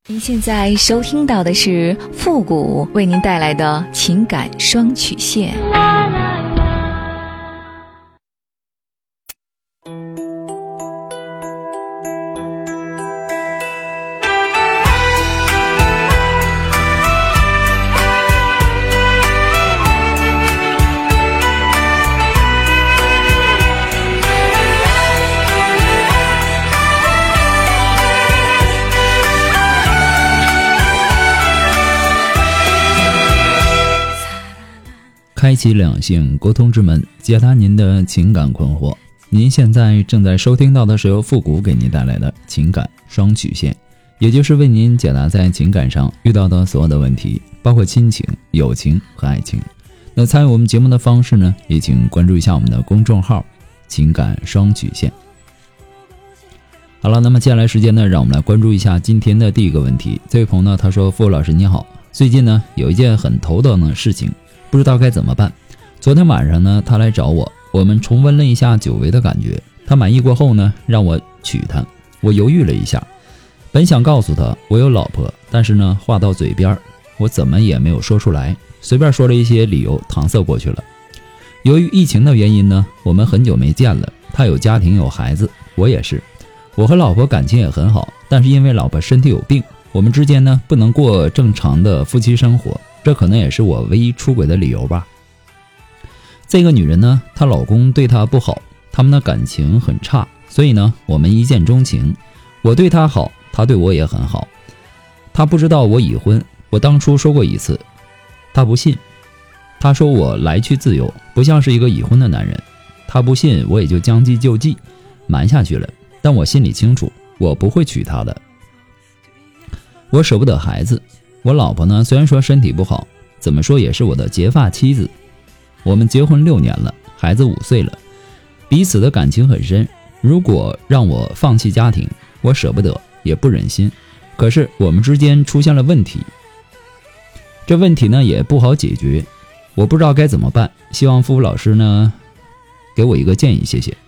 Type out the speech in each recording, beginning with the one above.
您现在收听到的是复古为您带来的情感双曲线。 开启两性沟通之门，解答您的情感困惑。您现在正在收听到的是由复古给您带来的情感双曲线，也就是为您解答在情感上遇到的所有的问题，包括亲情、友情和爱情。那参与我们节目的方式呢，也请关注一下我们的公众号情感双曲线。好了，那么接下来时间呢，让我们来关注一下今天的第一个问题。这位朋友呢，他说：傅老师你好，最近呢有一件很头疼的事情，不知道该怎么办。昨天晚上呢，他来找我们重温了一下久违的感觉。他满意过后呢，让我娶她。我犹豫了一下，本想告诉他我有老婆，但是呢，话到嘴边我怎么也没有说出来，随便说了一些理由搪塞过去了。由于疫情的原因呢，我们很久没见了。他有家庭有孩子，我也是。我和老婆感情也很好，但是因为老婆身体有病，我们之间呢不能过正常的夫妻生活，这可能也是我唯一出轨的理由吧。这个女人呢，她老公对她不好，他们的感情很差，所以呢，我们一见钟情。我对她好，她对我也很好。她不知道我已婚，我当初说过一次，她不信。她说我来去自由，不像是一个已婚的男人。她不信，我也就将计就计，瞒下去了。但我心里清楚，我不会娶她的。我舍不得孩子。我老婆呢，虽然说身体不好，怎么说也是我的结发妻子。我们结婚6年了，孩子5岁了，彼此的感情很深。如果让我放弃家庭，我舍不得，也不忍心。可是我们之间出现了问题，这问题呢也不好解决，我不知道该怎么办。希望付老师呢给我一个建议，谢谢。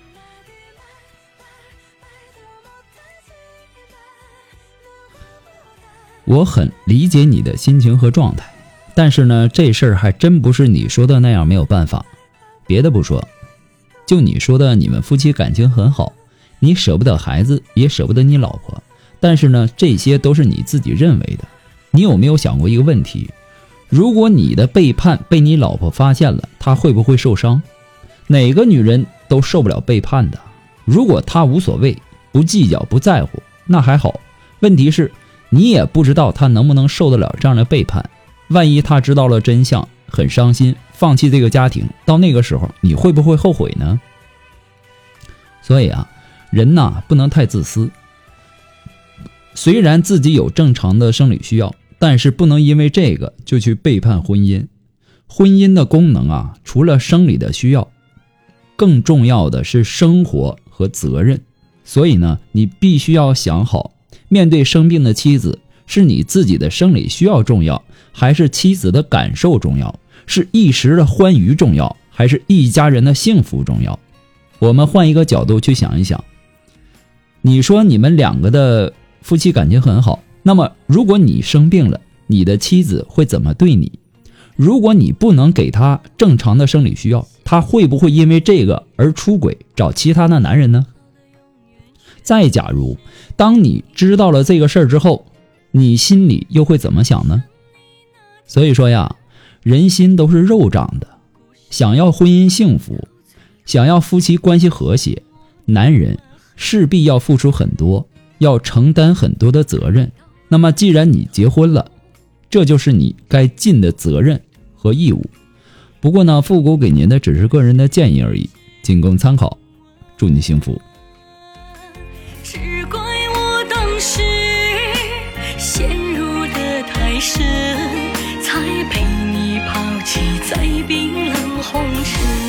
我很理解你的心情和状态，但是呢，这事儿还真不是你说的那样没有办法。别的不说，就你说的你们夫妻感情很好，你舍不得孩子，也舍不得你老婆，但是呢，这些都是你自己认为的。你有没有想过一个问题，如果你的背叛被你老婆发现了，她会不会受伤？哪个女人都受不了背叛的。如果她无所谓，不计较，不在乎，那还好。问题是你也不知道他能不能受得了这样的背叛，万一他知道了真相，很伤心，放弃这个家庭，到那个时候你会不会后悔呢？所以啊，人呐不能太自私。虽然自己有正常的生理需要，但是不能因为这个就去背叛婚姻。婚姻的功能啊，除了生理的需要，更重要的是生活和责任。所以呢，你必须要想好，面对生病的妻子，是你自己的生理需要重要，还是妻子的感受重要？是一时的欢愉重要，还是一家人的幸福重要？我们换一个角度去想一想，你说你们两个的夫妻感情很好，那么如果你生病了，你的妻子会怎么对你？如果你不能给她正常的生理需要，她会不会因为这个而出轨找其他的男人呢？再假如当你知道了这个事儿之后，你心里又会怎么想呢？所以说呀，人心都是肉长的，想要婚姻幸福，想要夫妻关系和谐，男人势必要付出很多，要承担很多的责任。那么既然你结婚了，这就是你该尽的责任和义务。不过呢，复古给您的只是个人的建议而已，仅供参考，祝你幸福。 只怪我当时陷入的太深，才被你抛弃在冰冷红尘。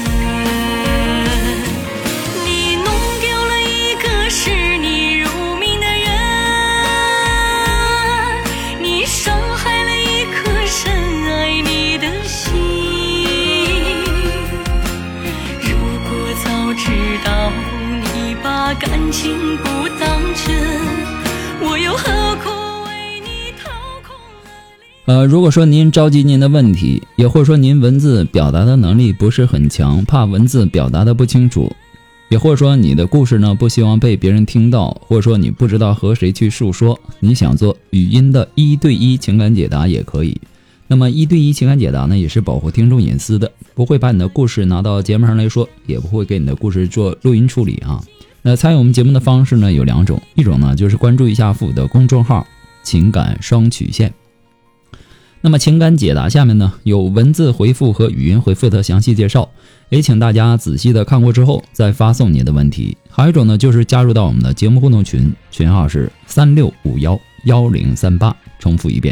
你弄丢了一个视你如命的人，你伤害了一颗深爱你的心。如果早知道你把感情不当真，我又何苦为你如果说您着急您的问题，也或者说您文字表达的能力不是很强，怕文字表达的不清楚，也或者说你的故事呢不希望被别人听到，或者说你不知道和谁去诉说，你想做语音的1对1情感解答也可以。那么1对1情感解答呢也是保护听众隐私的，不会把你的故事拿到节目上来说，也不会给你的故事做录音处理啊。那参与我们节目的方式呢有2种，一种呢就是关注一下父母的公众号情感双曲线。那么情感解答下面呢有文字回复和语音回复的详细介绍，也请大家仔细的看过之后再发送你的问题。还有一种呢就是加入到我们的节目互动群，群号是36511038，重复一遍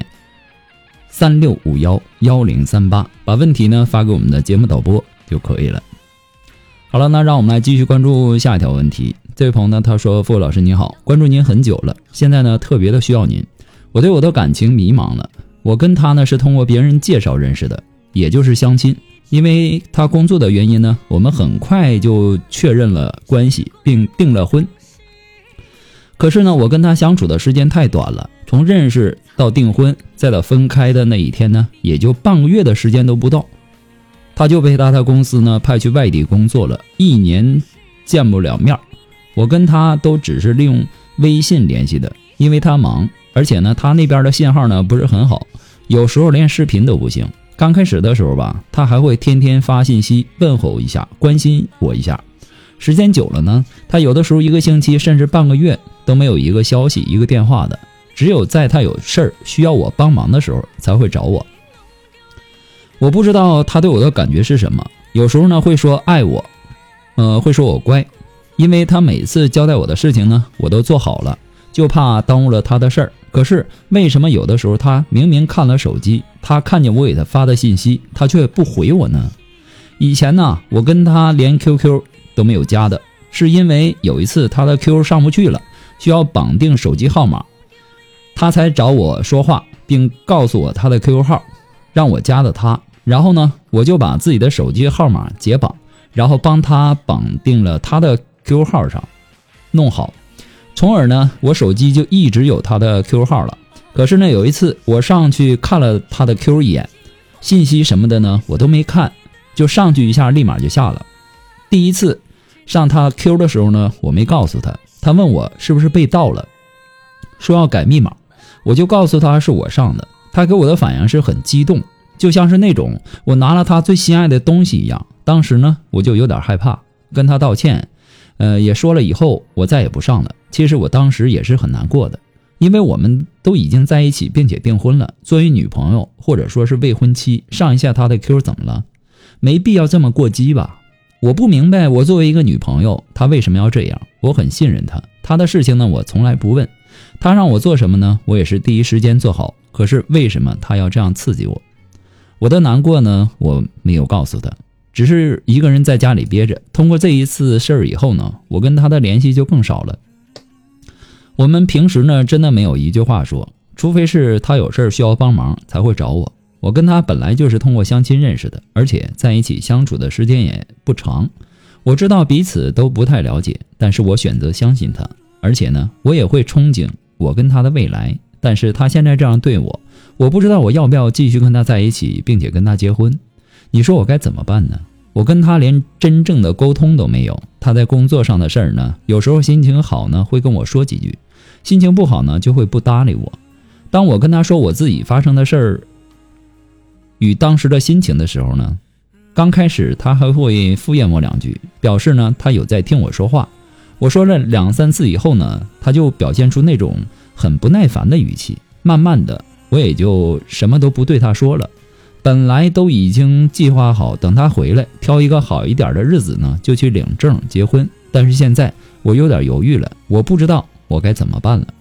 36511038，把问题呢发给我们的节目导播就可以了。好了，那让我们来继续关注下一条问题。这位朋友呢他说，傅老师你好，关注您很久了，现在呢特别的需要您，我对我的感情迷茫了。我跟他呢是通过别人介绍认识的，也就是相亲，因为他工作的原因呢，我们很快就确认了关系并订了婚。可是呢我跟他相处的时间太短了，从认识到订婚再到分开的那一天呢，也就半个月的时间都不到，他就被他的公司呢派去外地工作了，1年见不了面。我跟他都只是利用微信联系的，因为他忙，而且呢他那边的信号呢不是很好，有时候连视频都不行。刚开始的时候吧，他还会天天发信息问候一下，关心我一下。时间久了呢，他有的时候1个星期甚至半个月都没有一个消息一个电话的，只有在他有事儿需要我帮忙的时候才会找我。我不知道他对我的感觉是什么，有时候呢会说爱我，会说我乖，因为他每次交代我的事情呢我都做好了，就怕耽误了他的事儿。可是为什么有的时候他明明看了手机，他看见我给他发的信息，他却不回我呢？以前呢我跟他连 QQ 都没有加的，是因为有一次他的 QQ 上不去了，需要绑定手机号码，他才找我说话，并告诉我他的 QQ 号，让我加的他。然后呢我就把自己的手机号码解绑，然后帮他绑定了他的 QQ 号上弄好，从而呢我手机就一直有他的 QQ 号了。可是呢有一次我上去看了他的 QQ 一眼，信息什么的呢我都没看，就上去一下立马就下了。第一次上他 QQ 的时候呢我没告诉他，他问我是不是被盗了，说要改密码，我就告诉他是我上的。他给我的反应是很激动，就像是那种我拿了他最心爱的东西一样。当时呢我就有点害怕，跟他道歉，也说了以后我再也不上了。其实我当时也是很难过的，因为我们都已经在一起并且订婚了，作为女朋友或者说是未婚妻，上一下他的 QQ 怎么了？没必要这么过激吧。我不明白，我作为一个女朋友，他为什么要这样？我很信任他，他的事情呢我从来不问，他让我做什么呢我也是第一时间做好。可是为什么他要这样刺激我？我的难过呢我没有告诉他，只是一个人在家里憋着。通过这一次事儿以后呢，我跟他的联系就更少了。我们平时呢真的没有一句话说，除非是他有事需要帮忙才会找我。我跟他本来就是通过相亲认识的，而且在一起相处的时间也不长。我知道彼此都不太了解，但是我选择相信他，而且呢我也会憧憬我跟他的未来。但是他现在这样对我，我不知道我要不要继续跟他在一起，并且跟他结婚。你说我该怎么办呢？我跟他连真正的沟通都没有。他在工作上的事儿呢，有时候心情好呢会跟我说几句，心情不好呢就会不搭理我。当我跟他说我自己发生的事儿与当时的心情的时候呢，刚开始他还会敷衍我2句，表示呢他有在听我说话。我说了2、3次以后呢，他就表现出那种很不耐烦的语气。慢慢的我也就什么都不对他说了。本来都已经计划好等他回来挑一个好一点的日子呢就去领证结婚，但是现在我有点犹豫了，我不知道我该怎么办了。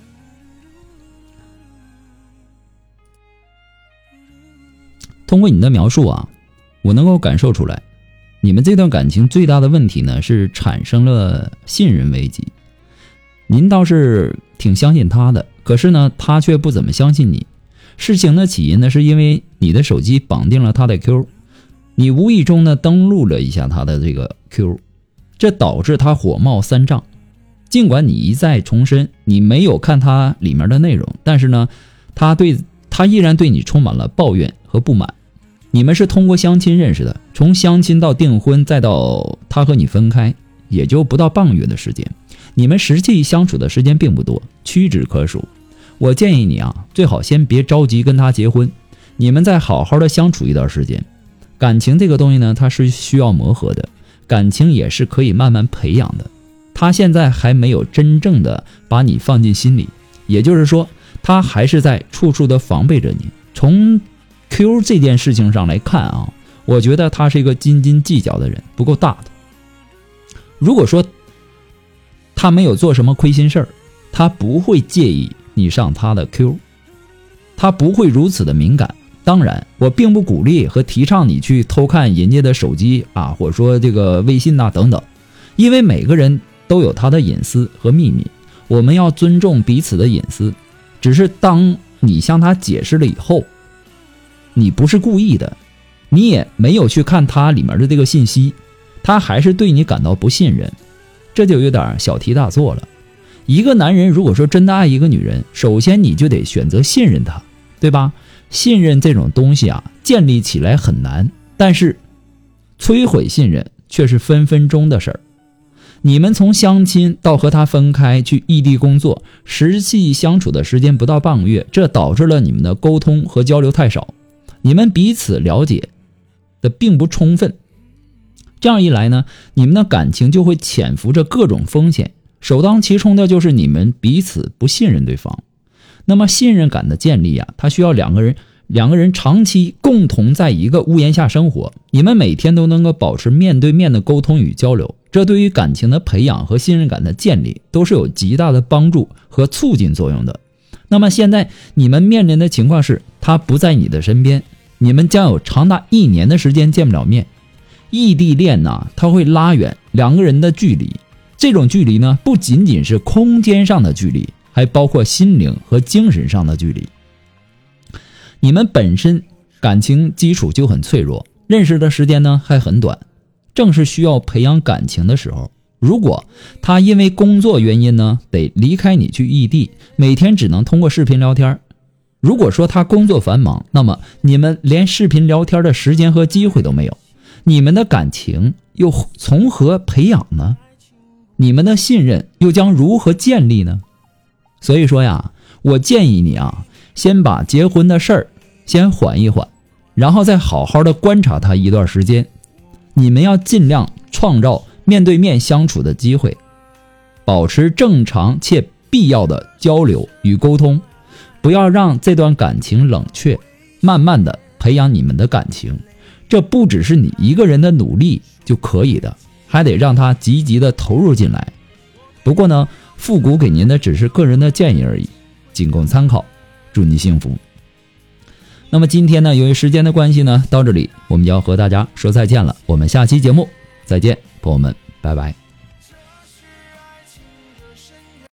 通过你的描述啊，我能够感受出来，你们这段感情最大的问题呢是产生了信任危机。您倒是挺相信他的，可是呢他却不怎么相信你。事情的起因呢是因为你的手机绑定了他的 QQ， 你无意中呢登录了一下他的这个 QQ， 这导致他火冒三丈。尽管你一再重申你没有看他里面的内容，但是呢他对他依然对你充满了抱怨和不满。你们是通过相亲认识的，从相亲到订婚再到他和你分开，也就不到半个月的时间，你们实际相处的时间并不多，屈指可数。我建议你啊，最好先别着急跟他结婚，你们再好好的相处一段时间。感情这个东西呢，它是需要磨合的，感情也是可以慢慢培养的。他现在还没有真正的把你放进心里，也就是说他还是在处处的防备着你。从 Q 这件事情上来看啊，我觉得他是一个斤斤计较的人，不够大度。如果说他没有做什么亏心事儿，他不会介意你上他的 Q， 他不会如此的敏感。当然我并不鼓励和提倡你去偷看人家的手机啊，或者说这个微信等等，因为每个人都有他的隐私和秘密，我们要尊重彼此的隐私。只是当你向他解释了以后，你不是故意的，你也没有去看他里面的这个信息，他还是对你感到不信任，这就有点小题大做了。一个男人如果说真的爱一个女人，首先你就得选择信任她，对吧？信任这种东西啊，建立起来很难，但是摧毁信任却是分分钟的事儿。你们从相亲到和他分开去异地工作，实际相处的时间不到半个月，这导致了你们的沟通和交流太少，你们彼此了解的并不充分。这样一来呢，你们的感情就会潜伏着各种风险，首当其冲的就是你们彼此不信任对方。那么信任感的建立啊，它需要两个人长期共同在一个屋檐下生活，你们每天都能够保持面对面的沟通与交流，这对于感情的培养和信任感的建立都是有极大的帮助和促进作用的。那么现在你们面临的情况是，他不在你的身边，你们将有长达1年的时间见不了面。异地恋呢，它会拉远两个人的距离，这种距离呢，不仅仅是空间上的距离，还包括心灵和精神上的距离。你们本身感情基础就很脆弱，认识的时间呢还很短，正是需要培养感情的时候。如果他因为工作原因呢得离开你去异地，每天只能通过视频聊天，如果说他工作繁忙，那么你们连视频聊天的时间和机会都没有，你们的感情又从何培养呢？你们的信任又将如何建立呢？所以说呀，我建议你啊，先把结婚的事儿先缓一缓，然后再好好的观察他一段时间。你们要尽量创造面对面相处的机会，保持正常且必要的交流与沟通，不要让这段感情冷却，慢慢的培养你们的感情。这不只是你一个人的努力就可以的，还得让他积极的投入进来。不过呢，复古给您的只是个人的建议而已，仅供参考，祝你幸福。那么今天呢，由于时间的关系呢，到这里我们就要和大家说再见了，我们下期节目再见，朋友们，拜拜。